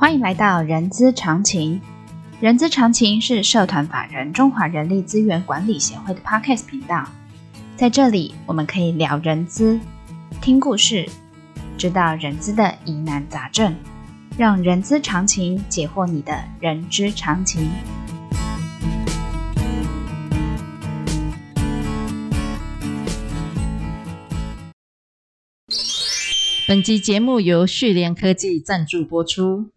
欢迎来到人资常情。人资常情是社团法人中华人力资源管理协会的 Podcast 频道，在这里我们可以聊人资，听故事，知道人资的疑难杂症，让人资常情解惑你的人之常情。 本集节目由旭联科技赞助播出。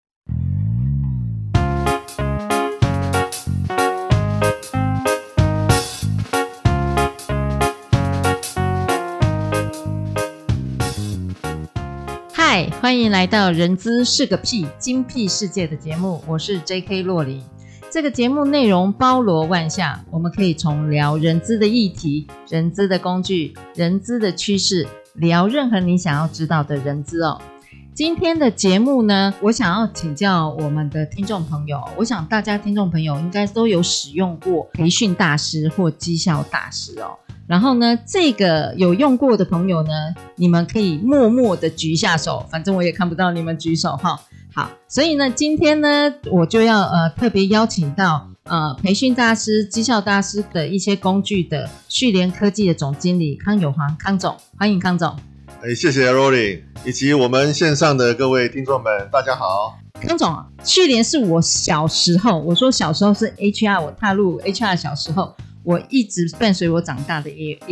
嗨，欢迎来到人资是个屁精辟世界的节目，我是 JK 洛琳。这个节目内容包罗万象，我们可以从聊人资的议题、人资的工具、人资的趋势，聊任何你想要知道的人资哦。今天的节目呢，我想要请教我们的听众朋友，我想大家听众朋友应该都有使用过培训大师或绩效大师哦。然后呢，这个有用过的朋友呢，你们可以默默的举一下手，反正我也看不到你们举手哈。好，所以呢，今天呢，我就要特别邀请到培训大师、绩效大师的一些工具的旭联科技的总经理康友煌康总，欢迎康总。 谢谢 Rolling 以及我们线上的各位听众们，大家好。 康总，旭联是我小时候，我说小时候是 HR， 我踏入 HR 小时候，我一直伴随我长大的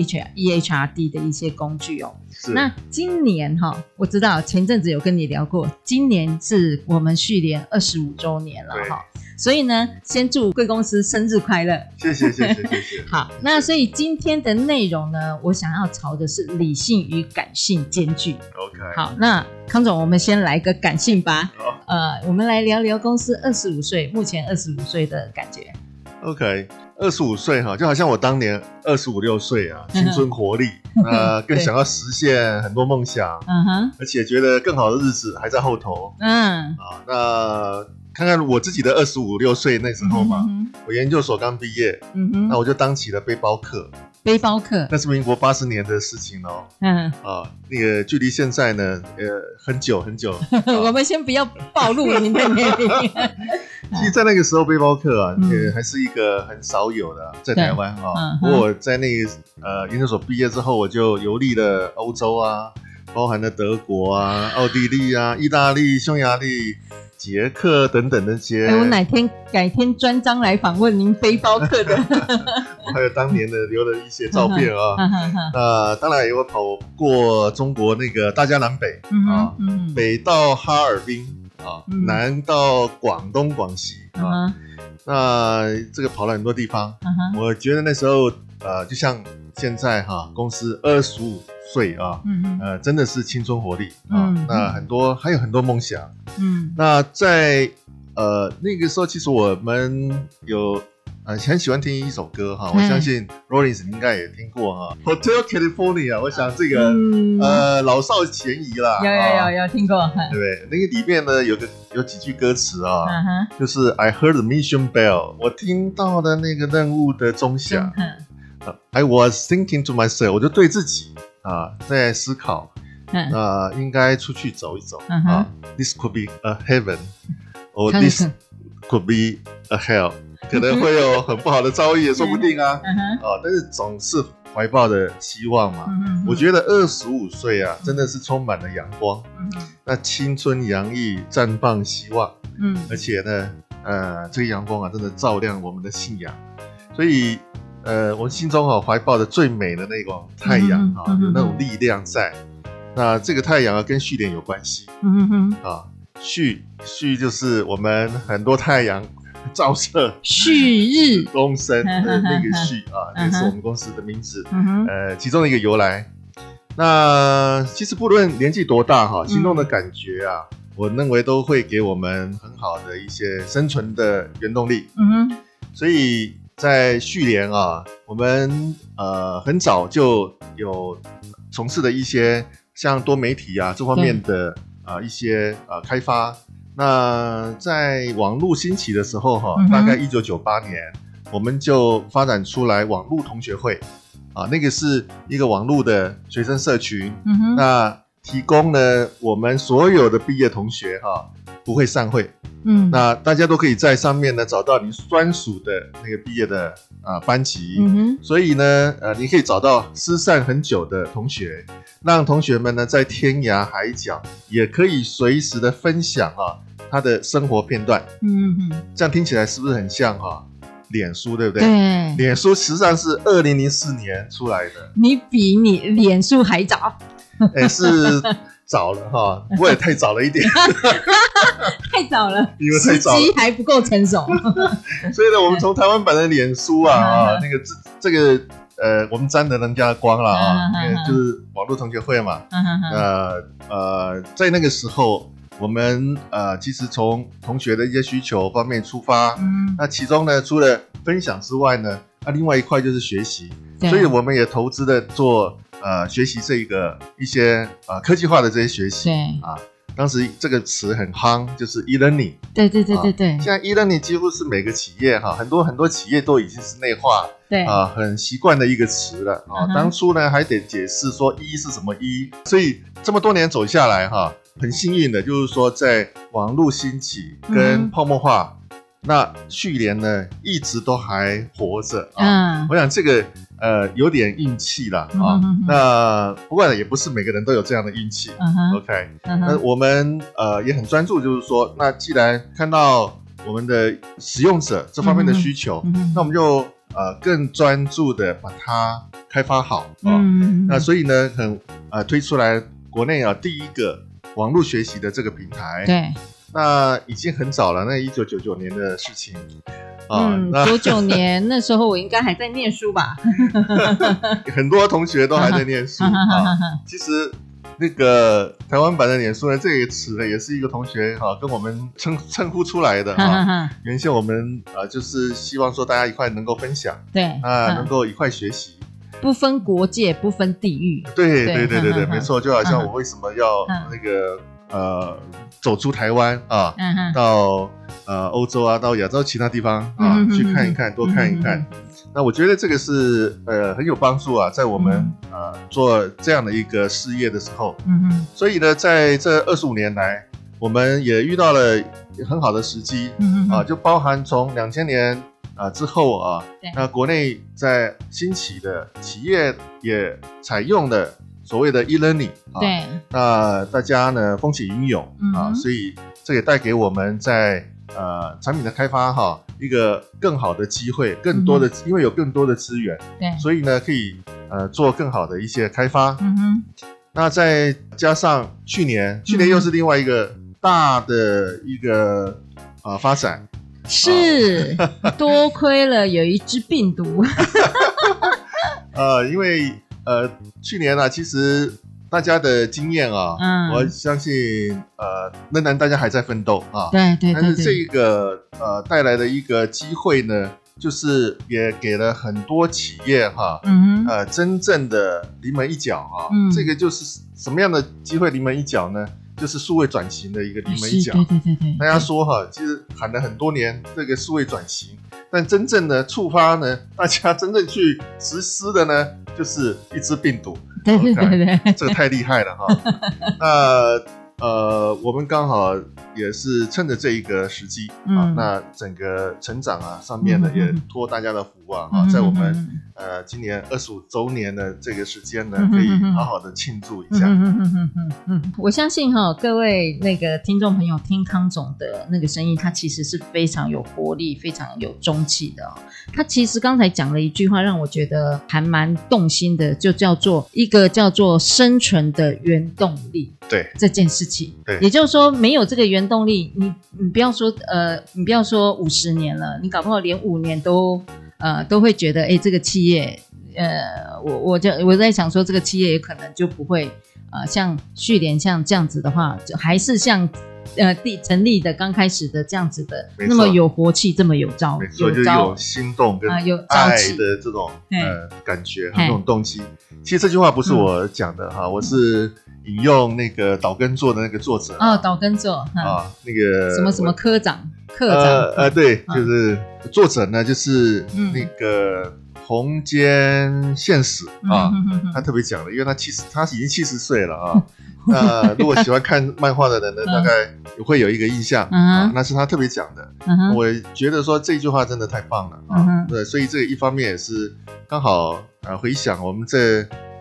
EHRD 的一些工具哦。那今年我知道前阵子有跟你聊过，今年是我们旭联25周年了哈。所以呢，先祝贵公司生日快乐！ 谢谢。 好，那所以今天的内容呢，我想要朝的是理性与感性兼具。 OK。 好，那康总，我们先来个感性吧。我们来聊聊公司25岁，目前25岁的感觉。 OK。25岁就好像我当年25、26岁啊，青春活力，更想要实现很多梦想，而且觉得更好的日子还在后头。那看看我自己的25、26岁那时候嘛，我研究所刚毕业，那我就当起了背包客，那是民国80年的事情哦。那个距离现在呢，很久很久。 我们先不要暴露您的年龄。 其实，在那个时候，背包客还是一个很少有的，在台湾不过我在那个研究所毕业之后，我就游历了欧洲啊，包含了德国啊、奥地利啊、意大利、匈牙利、捷克等等那些。 我改天专章来访问您背包客的。 我还有当年的留了一些照片啊。当然也有跑过中国那个大江南北北到哈尔滨。南到广东、广西那这个跑了很多地方。我觉得那时候就像现在公司25岁真的是青春活力那还有很多梦想。那在那个时候，其实我们有很喜欢听一首歌我相信 Rollins 应该也听过Hotel California， 我想这个老少咸宜啦。 有听过， 对不对？那个里面呢有几句歌词就是 I heard the mission bell， 我听到了那个任务的钟响。I was thinking to myself， 我就对自己在思考应该出去走一走This could be a heaven or this could be a hell，可能会有很不好的遭遇也说不定但是总是怀抱的希望嘛。我觉得25岁真的是充满了阳光，那青春洋溢，绽放希望。而且呢这个阳光真的照亮我们的信仰，所以我心中怀抱的最美的那种太阳有那种力量在。那这个太阳跟旭联有关系。旭就是我们很多太阳照射， 旭日东升的那个旭这是我们公司的名字。其中的一个由来。那其实不论年纪多大心中的感觉我认为都会给我们很好的一些生存的原动力。所以在旭联我们很早就有从事的一些像多媒体这方面的一些开发。那在网络兴起的时候大概1998年我们就发展出来网络同学会那个是一个网络的学生社群。那提供了我们所有的毕业同学不会散会。那大家都可以在上面呢找到你专属的那个毕业的班级。所以呢你可以找到失散很久的同学，让同学们呢在天涯海角也可以随时的分享他的生活片段。这样听起来是不是很像脸书，对不对？ 对， 脸书实际上是2004年出来的。你比你脸书还早。 是早了不过也太早了一点。 太早了， 因为太早了， 时机还不够成熟。 所以呢，我们从台湾版的脸书那个这个我们沾了人家的光了就是网络同学会嘛。在那个时候，我们其实从同学的一些需求方面出发，那其中呢，除了分享之外呢，另外一块就是学习，所以我们也投资的做学习一些科技化的这些学习。当时这个词很夯，就是 e-learning。对。现在 e-learning 几乎是每个企业很多企业都已经是内化，很习惯的一个词了。当初呢还得解释说一是什么一，所以这么多年走下来很幸运的就是说在网络兴起跟泡沫化，那旭联呢一直都还活着。我想这个有点运气啦那不过也不是每个人都有这样的运气。OK，那我们也很专注，就是说，那既然看到我们的使用者这方面的需求，那我们就更专注的把它开发好。那所以呢，推出来国内第一个网络学习的这个平台。对。那已经很早了，那1999年的事情。 99年那时候我应该还在念书吧。 很多同学都还在念书。其实那个台湾版的脸书呢，这个词呢也是一个同学跟我们称呼出来的。原先我们就是希望说大家一块能够分享，对，能够一块学习， 不分国界，不分地域。 对，没错，就好像我为什么要那个走出台湾到欧洲到亚洲其他地方去看一看，多看一看。那我觉得这个是很有帮助在我们做这样的一个事业的时候。所以呢，在这25年来，我们也遇到了很好的时机就包含从2000年之后那国内在兴起的企业也采用的所谓的 e-learning 对，那大家呢风起云涌所以这也带给我们在产品的开发一个更好的机会，更多的因为有更多的资源，对，所以呢可以做更好的一些开发。那再加上去年又是另外一个大的一个发展， 是多亏了有一只病毒。 因为去年其实大家的经验我相信仍然大家还在奋斗对，但是这个带来的一个机会呢，就是也给了很多企业真正的临门一脚这个就是什么样的机会临门一脚呢？就是数位转型的一个临门一脚。对，大家说其实喊了很多年这个数位转型，但真正的触发呢，大家真正去实施的呢，就是一只病毒。对，这个太厉害了那我们刚好也是趁着这一个时机那整个成长上面呢也托大家的福在我们今年25周年的这个时间呢，可以好好的庆祝一下。 我相信各位那个听众朋友听康总的那个声音，他其实是非常有活力，非常有中气的他其实刚才讲了一句话让我觉得还蛮动心的，就叫做一个叫做生存的原动力。对，这件事情，对，也就是说没有这个原动力，你不要说50年了，你搞不好连5年都会觉得这个企业我在想说这个企业也可能就不会像旭联像这样子的话，就还是像成立的刚开始的这样子的那么有活气，这么有朝， 没错，就有心动跟爱的这种感觉这种动机。其实这句话不是我讲的我是引用那个岛根座的那个作者岛根座那个什么什么科长对，就是作者呢就是那个红间宪史啊，他特别讲了，因为他已经70岁了啊。那如果喜欢看漫画的人呢，大概会有一个印象啊，那是他特别讲的。我觉得说这句话真的太棒了啊！对，所以这个一方面也是刚好回想我们这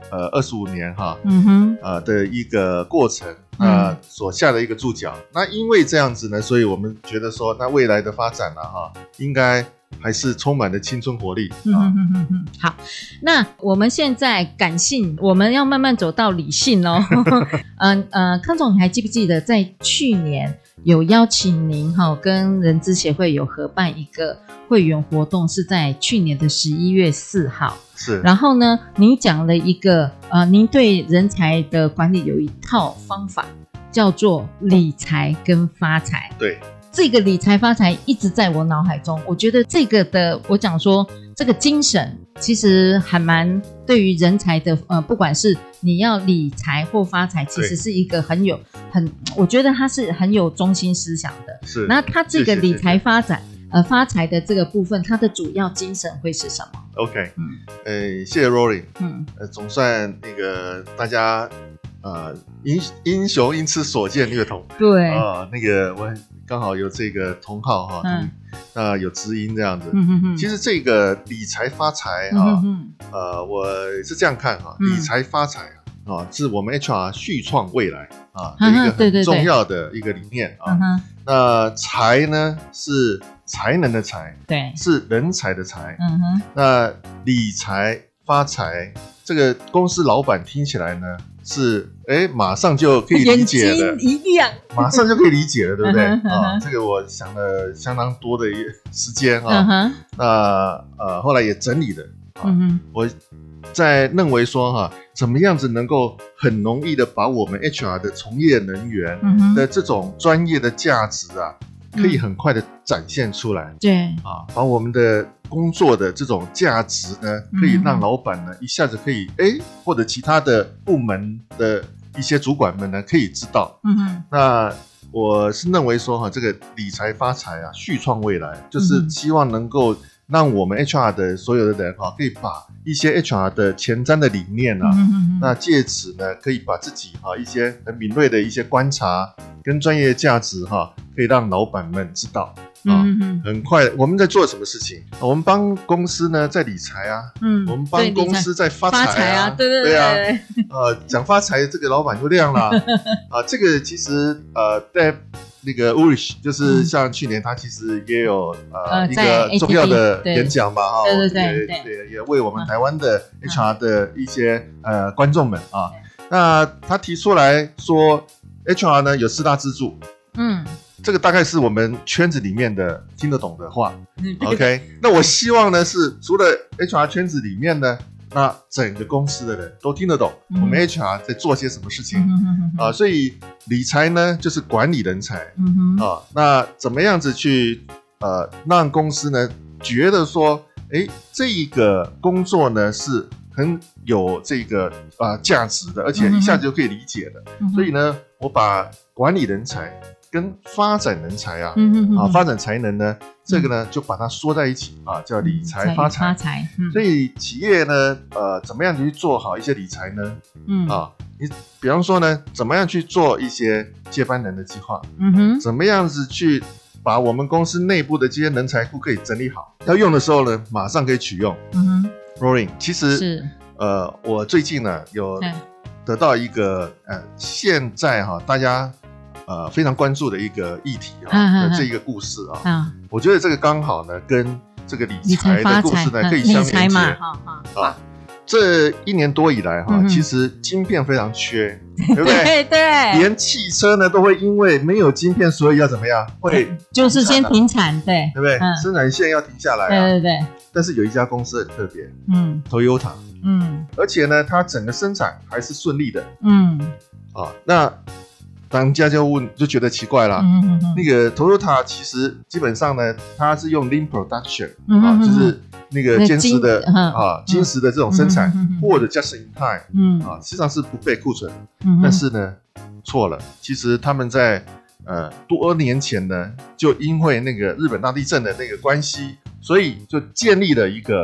25年哈，的一个过程所下的一个注脚。那因为这样子呢，所以我们觉得说，那未来的发展应该还是充满了青春活力。 好，那我们现在感性，我们要慢慢走到理性哦。康总，你还记不记得在去年有邀请您跟人资协会有合办一个会员活动，是在去年的11月4号。 是。 然后呢，您讲了一个您对人才的管理有一套方法，叫做理财跟发财。 对。 这个理财发财一直在我脑海中，我觉得这个的，我讲说这个精神其实还蛮对于人才的不管是你要理财或发财，其实是一个我觉得它是很有中心思想的。 是。 那它这个理财发财发财的这个部分，它的主要精神会是什么 ？OK， 谢谢 Rory， 总算那个大家英雄因此所见略同。 对那个我刚好有这个同好有知音这样子。其实这个理财发财我是这样看理财发财是我们 HR 续创未来的一个很重要的一个理念那财呢是才能的财，对，是人才的才。那理财发财，这个公司老板听起来呢是马上就可以理解的， 眼睛一亮， 马上就可以理解了，对不对？这个我想了相当多的时间那后来也整理了我在认为说怎么样子能够很容易的把我们 HR 的从业人员的这种专业的价值可以很快的展现出来。 对把我们的工作的这种价值呢，可以让老板呢一下子可以或者其他的部门的一些主管们呢可以知道。那我是认为说这个理财发财续创未来，就是希望能够让我们 HR 的所有的人可以把一些 HR 的前瞻的理念那借此呢可以把自己一些很敏锐的一些观察跟专业价值可以让老板们知道很快我们在做什么事情，我们帮公司呢在理财我们帮公司在发财对讲发财这个老板就亮了这个其实在那个 Ulrich 就是像去年他其实也有一个重要的演讲嘛对，也为我们台湾的 HR 的一些观众们那他提出来说 HR 呢有4大支柱这个大概是我们圈子里面的听得懂的话OK 那我希望呢是除了 HR 圈子里面呢，那整个公司的人都听得懂我们 HR 在做些什么事情所以理财呢就是管理人才那怎么样子去让公司呢觉得说这一个工作呢是很有这个价值的，而且一下子就可以理解的所以呢我把管理人才跟发展人才发展才能呢这个呢就把它说在一起叫理财发财所以企业呢怎么样去做好一些理财呢你比方说呢怎么样去做一些接班人的计划怎么样子去把我们公司内部的这些人才库可以整理好，要用的时候呢马上可以取用Rory 其实是我最近呢有得到一个现在大家非常关注的一个议题这一个故事我觉得这个刚好呢跟这个理财的故事呢可以相连接这1年多以来其实晶片非常缺对不对？ 对， 连汽车呢都会因为没有晶片，所以要怎么样？会就是先停产，对不对？生产线要停下来对。 但是有一家公司很特别，Toyota，而且呢，它整个生产还是顺利的，那当家就觉得奇怪啦，那个 Toyota 其实基本上呢，它是用 Lean Production 就是那个坚实的精实的这种生产，或者 Just in Time 实际上是不备库存的，但是呢错了，其实他们在多年前呢，就因为那个日本大地震的那个关系，所以就建立了一个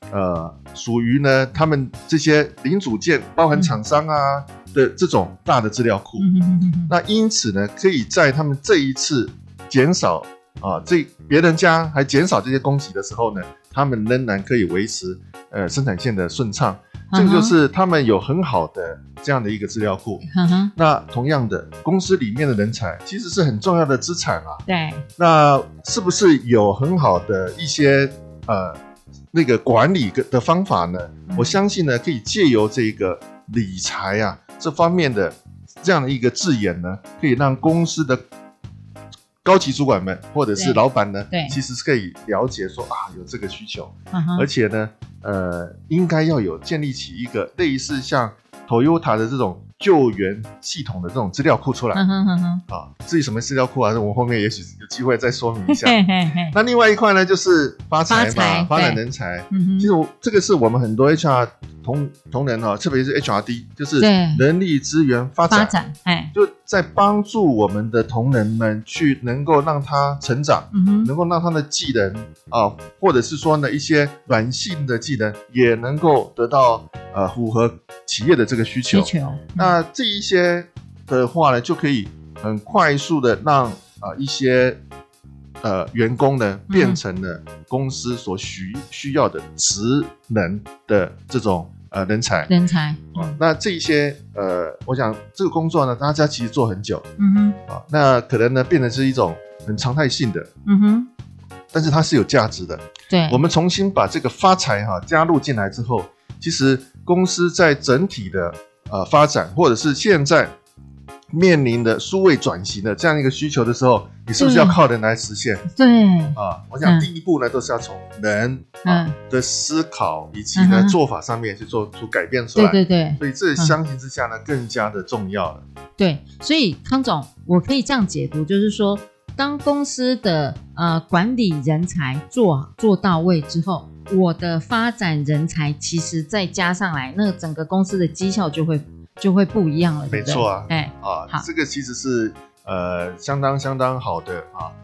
属于呢他们这些零组件包含厂商啊的这种大的资料库。那因此呢，可以在他们这一次减少别人家还减少这些供给的时候呢，他们仍然可以维持生产线的顺畅。这个就是他们有很好的这样的一个资料库。那同样的，公司里面的人才其实是很重要的资产啊。 对。那是不是有很好的一些那个管理的方法呢？我相信呢，可以借由这个理财啊这方面的这样的一个字眼呢，可以让公司的高级主管们或者是老板呢，其实是可以了解说有这个需求，而且呢，应该要有建立起一个类似像 Toyota 的这种救援系统的这种资料库出来。至于什么资料库啊，我后面也许有机会再说明一下。那另外一块呢，就是发财嘛，发展人才。其实这个是我们很多 HR 同仁特别是 HRD， 就是人力资源发展，就在帮助我们的同仁们去能够让他成长，能够让他的技能或者是说呢一些软性的技能也能够得到符合企业的这个需求。那这一些的话呢，就可以很快速的让一些员工呢变成了公司所需要的职能的这种人才。那这一些我想这个工作呢，大家其实做很久，那可能呢变成是一种很常态性的，但是它是有价值的。对，我们重新把这个发财加入进来之后，其实公司在整体的发展，或者是现在面临的数位转型的这样一个需求的时候，你是不是要靠人来实现？我想第一步呢，都是要从人的思考以及呢做法上面去做出改变出来。所以这相形之下呢，更加的重要了。 对，所以康总，我可以这样解读，就是说，当公司的管理人才做到位之后，我的发展人才其实再加上来，那整个公司的绩效就会不一样了。 没错啊，这个其实是相当好的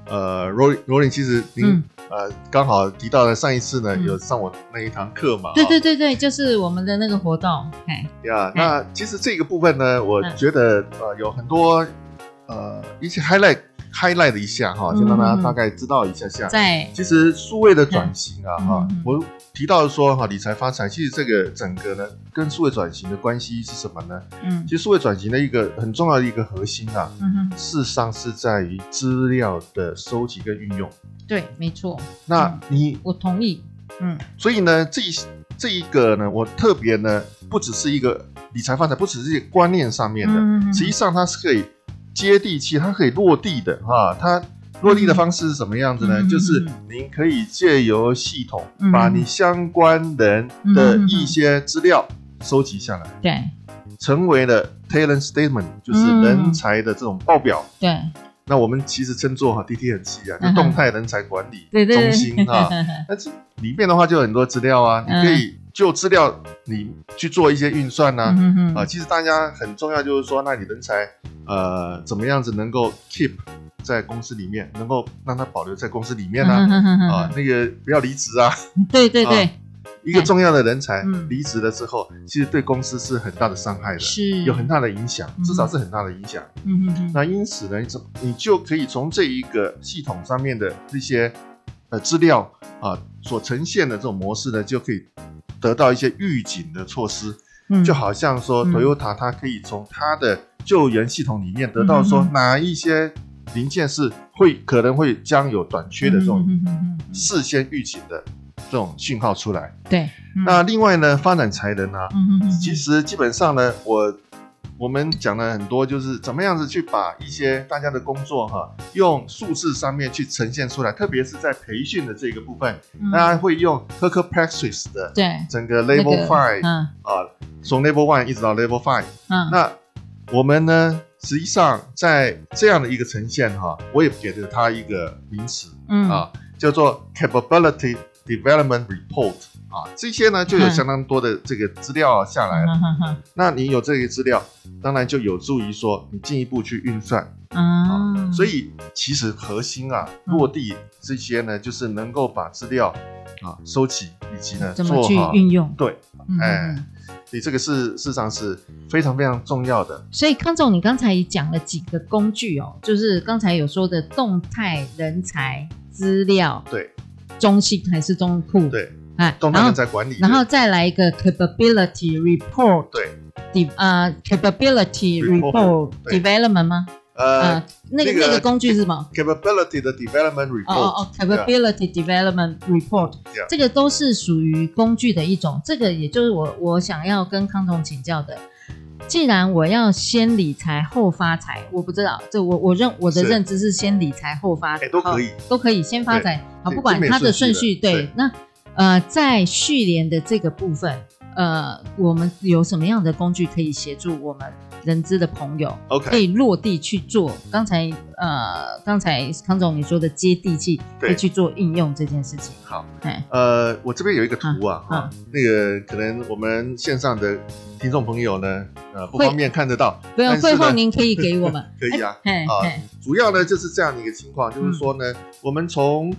Rolling 其实您刚好提到了上一次呢有上我那一堂课嘛。 对，就是我们的那个活动。 那其实这个部分呢，我觉得有很多一些 highlight 一下先让大家大概知道一下。其实数位的转型我提到说理财发财，其实这个整个呢跟数位转型的关系是什么呢？其实数位转型的一个很重要的一个核心事实上是在于资料的收集跟运用。 对，没错。 那我同意。 所以呢这一个呢，我特别呢不只是一个理财发财，不只是一个观念上面的，实际上它是可以接地气，它可以落地的它落地的方式是什么样子呢？就是您可以借由系统把你相关人的一些资料收集下来， 对， 成为了 talent statement， 就是人才的这种报表。 对， 那我们其实称作DT7就动态人才管理中心但是里面的话就有很多资料你可以就资料你去做一些运算其实大家很重要就是说，那你人才怎么样子能够 keep 在公司里面，能够让它保留在公司里面那个不要离职对一个重要的人才离职了之后，其实对公司是很大的伤害的， 是有很大的影响，至少是很大的影响。那因此呢，你就可以从这一个系统上面的这些资料所呈现的这种模式呢，就可以得到一些预警的措施。就好像说 Toyota 它可以从它的救援系统里面得到说哪一些零件是可能会将有短缺的这种事先预警的这种讯号出来。 对， 那另外呢，发展才能其实基本上呢，我们讲了很多，就是怎么样子去把一些大家的工作用数字上面去呈现出来，特别是在培训的这个部分，大家会用 Kirk Practice 的整个 Level 5从 Level 1一直到 Level 5那我们呢实际上在这样的一个呈现我也给了它一个名词叫做 Capability Development Report 这些呢就有相当多的这个资料下来了。那你有这个资料，当然就有助于说你进一步去运算。所以其实核心落地这些呢，就是能够把资料收集，以及呢怎么去运用。 对，所以这个事实上是非常非常重要的。 所以康总，你刚才也讲了几个工具就是刚才有说的动态人才资料， 对， 中心还是中库， 对，动态人才管理， 然后再来一个 capability report， 对 ，capability report development 吗？那个工具是什么 ？Capability 的 development report，Capability development report， 这个都是属于工具的一种。这个也就是我想要跟康总请教的。既然我要先理财后发财，我不知道，这我的认知是先理财后发财，都可以先发财，不管它的顺序。对，那在续联的这个部分，我们有什么样的工具可以协助我们人资的朋友可以落地去做？刚才康总你说的接地气，可以去做应用这件事情。 好，我这边有一个图那个可能我们线上的听众朋友呢，不方便看得到， 不用，会后您可以给我们， 可以啊。主要呢就是这样的一个情况，就是说呢，我们从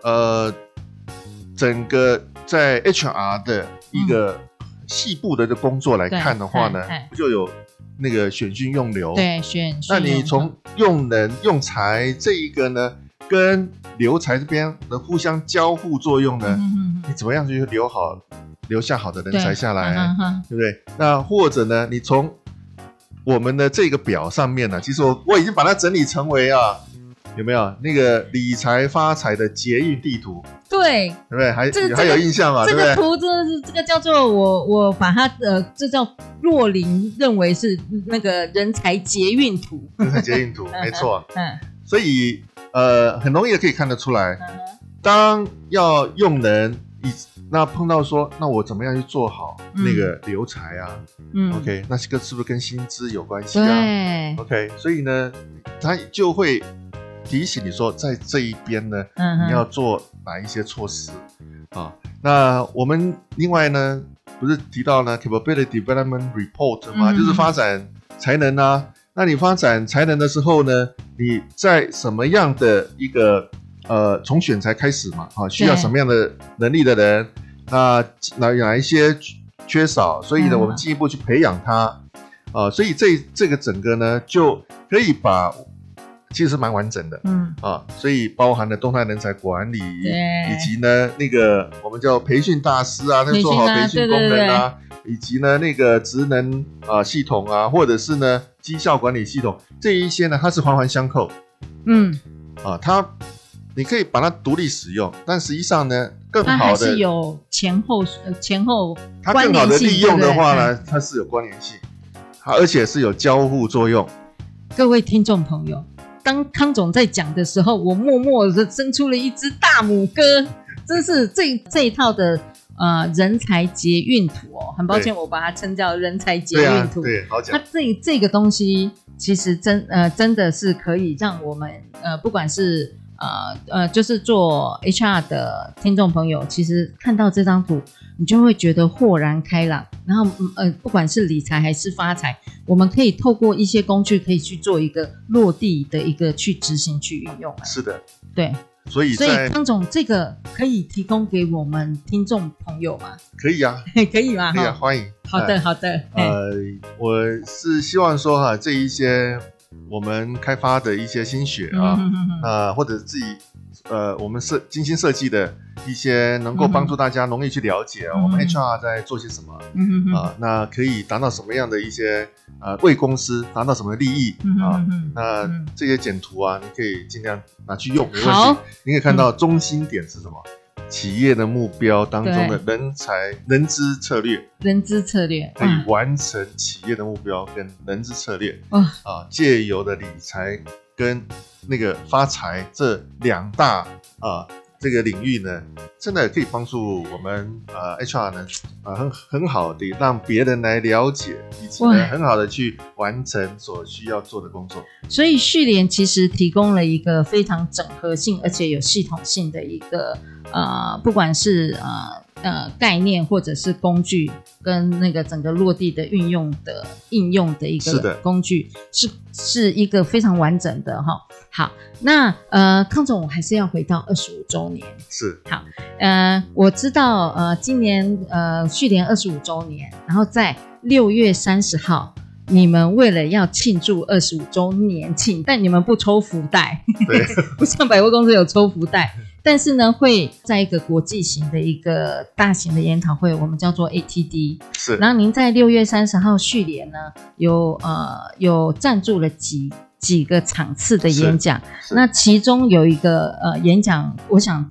整个在 HR 的一个细部的工作来看的话呢，不就有那个选训用留， 对，选训。 那你从用人用才这一个呢，跟留才这边的互相交互作用呢，你怎么样去留下好的人才下来，对不对？那或者呢，你从我们的这个表上面呢，其实我已经把它整理成为有没有那个理财发财的捷运地图？对，对不对？还有印象吗？ 这个图真的是这个叫做我把它这叫若琳认为是那个人才捷运图， 人才捷运图，没错。所以很容易的可以看得出来，当要用人，那碰到说，那我怎么样去做好那个留才？OK， 那这个是不是跟薪资有关系对 ？OK， 所以呢，他就会提醒你说，在这一边呢，你要做哪一些措施那我们另外呢，不是提到呢 capability development report 吗？就是发展才能那你发展才能的时候呢，你在什么样的一个从选才开始嘛，需要什么样的能力的人，那哪一些缺少，所以呢，我们进一步去培养他所以这个整个呢，就可以把。其实蛮完整的，所以包含了动态人才管理，以及呢那个我们叫培训大师那做好培训功能以及呢那个职能系统或者是呢绩效管理系统，这一些呢它是环环相扣，你可以把它独立使用，但实际上呢更好的它还是有前后它更好的利用的话呢，它是有关联性，而且是有交互作用。 各位听众朋友，当康总在讲的时候，我默默的伸出了一只大拇哥，真是这一套的人才捷运图很抱歉我把它称叫人才捷运图。 对，好讲。 它这个东西其实真的是可以让我们不管是就是做 HR 的听众朋友，其实看到这张图，你就会觉得豁然开朗。然后不管是理财还是发财，我们可以透过一些工具，可以去做一个落地的一个去执行、去运用。 是的， 对。所以康总，这个可以提供给我们听众朋友吗？ 可以啊， 可以吗？ 可以啊，欢迎。 好的。 我是希望说这一些我们开发的一些心血或者自己我们精心设计的一些能够帮助大家容易去了解我们 HR 在做些什么那可以达到什么样的一些为公司达到什么利益那这些简图你可以尽量拿去用，没关系。你可以看到中心点是什么？企业的目标当中的人资策略可以完成企业的目标跟人资策略借由的理财跟那个发财这两大这个领域呢，真的可以帮助我们HR 呢很好的让别人来了解，以及呢很好的去完成所需要做的工作。 所以续联其实提供了一个非常整合性而且有系统性的一个不管是概念或者是工具跟那个整个落地的应用的一个工具是一个非常完整的哈。好，那康总我还是要回到25周年。 是。 好，我知道今年旭联25周年，然后在6月30号你们为了要庆祝25周年庆，但你们不抽福袋， 对， 不像百货公司有抽福袋，但是呢会在一个国际型的一个大型的研讨会，我们叫做 ATD。 是。 然后您在6月30号旭联呢有赞助了几个场次的演讲，那其中有一个演讲，我想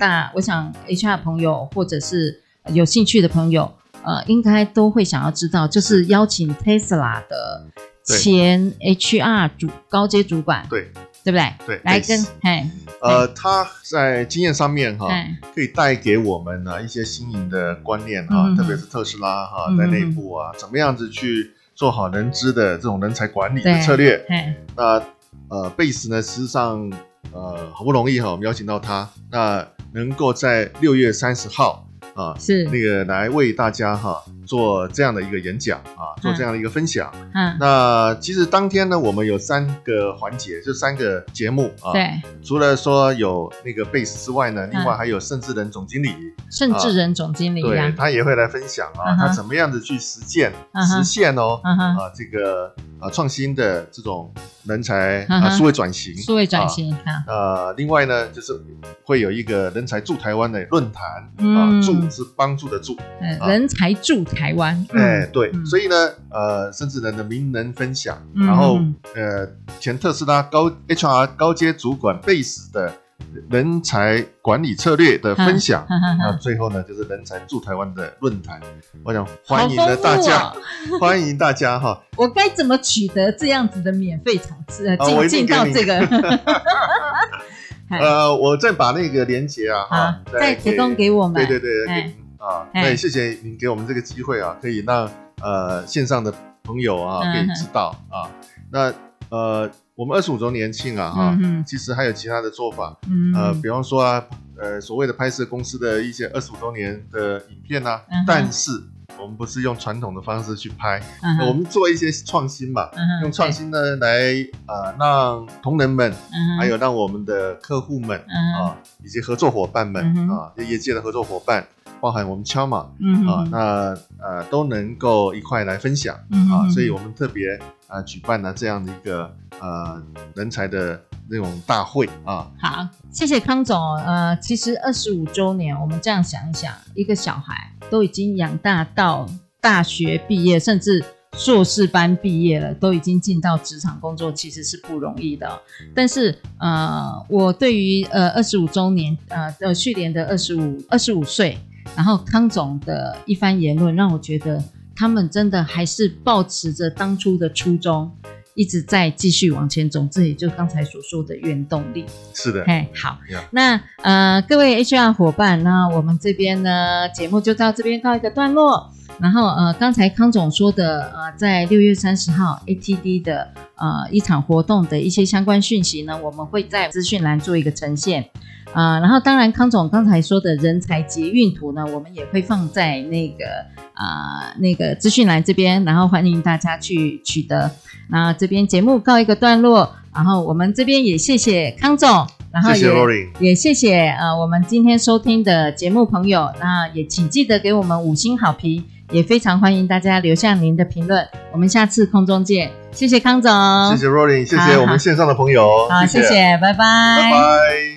HR 朋友或者是有兴趣的朋友应该都会想要知道，就是邀请 Tesla 的前 HR 高阶主管，对不对？ 对， 来跟他在经验上面可以带给我们一些新颖的观念特别是特斯拉在内部怎么样子去做好人资的这种人才管理的策略。那Base 呢，事实上好不容易我们邀请到他，那能够在6月30号是那个来为大家做这样的一个演讲做这样的一个分享。那其实当天呢，我们有3个环节，就3个节目对，除了说有那个 Base 之外呢，另外还有盛智仁总经理，对，他也会来分享他怎么样的去实现这个创新的这种人才数位转型，另外呢，就是会有一个人才驻台湾的论坛，驻是帮助的助， 人才驻台湾， 对，所以呢，甚至人的名人分享，然后前特斯拉HR 高阶主管 Base 的人才管理策略的分享，那最后呢就是人才驻台湾的论坛。我想欢迎了大家，欢迎大家哈。 我该怎么取得这样子的免费场次进到这个？ 我再把那个连结再提供给我们。 对，对，谢谢您给我们这个机会可以让线上的朋友可以知道那我们25周年庆其实还有其他的做法，比方说所谓的拍摄公司的一些25周年的影片但是我们不是用传统的方式去拍，我们做一些创新嘛，用创新呢来让同仁们，还有让我们的客户们以及合作伙伴们业界的合作伙伴，包含我们敲码那都能够一块来分享所以我们特别举办了这样的一个人才的那种大会好， 谢谢康总。其实25周年，我们这样想一想，一个小孩都已经养大到大学毕业，甚至硕士班毕业了，都已经进到职场工作，其实是不容易的。但是我对于25周年旭联的25岁，然后康总的一番言论，让我觉得他们真的还是抱持着当初的初衷，一直在继续往前走，这也就是刚才所说的原动力。 是的， 好，那各位 HR 伙伴，那我们这边呢节目就到这边告一个段落。然后刚才康总说的在6月30号 ATD 的一场活动的一些相关讯息呢，我们会在资讯栏做一个呈现。然后当然康总刚才说的人才捷运图呢，我们也会放在那个资讯栏这边，然后欢迎大家去取得。那这边节目告一个段落，然后我们这边也谢谢康总，然后也谢谢我们今天收听的节目朋友，那也请记得给我们5星好评，也非常欢迎大家留下您的评论。我们下次空中见，谢谢康总， 谢谢 Rolling， 谢谢我们线上的朋友， 好，谢谢，拜拜， 拜拜。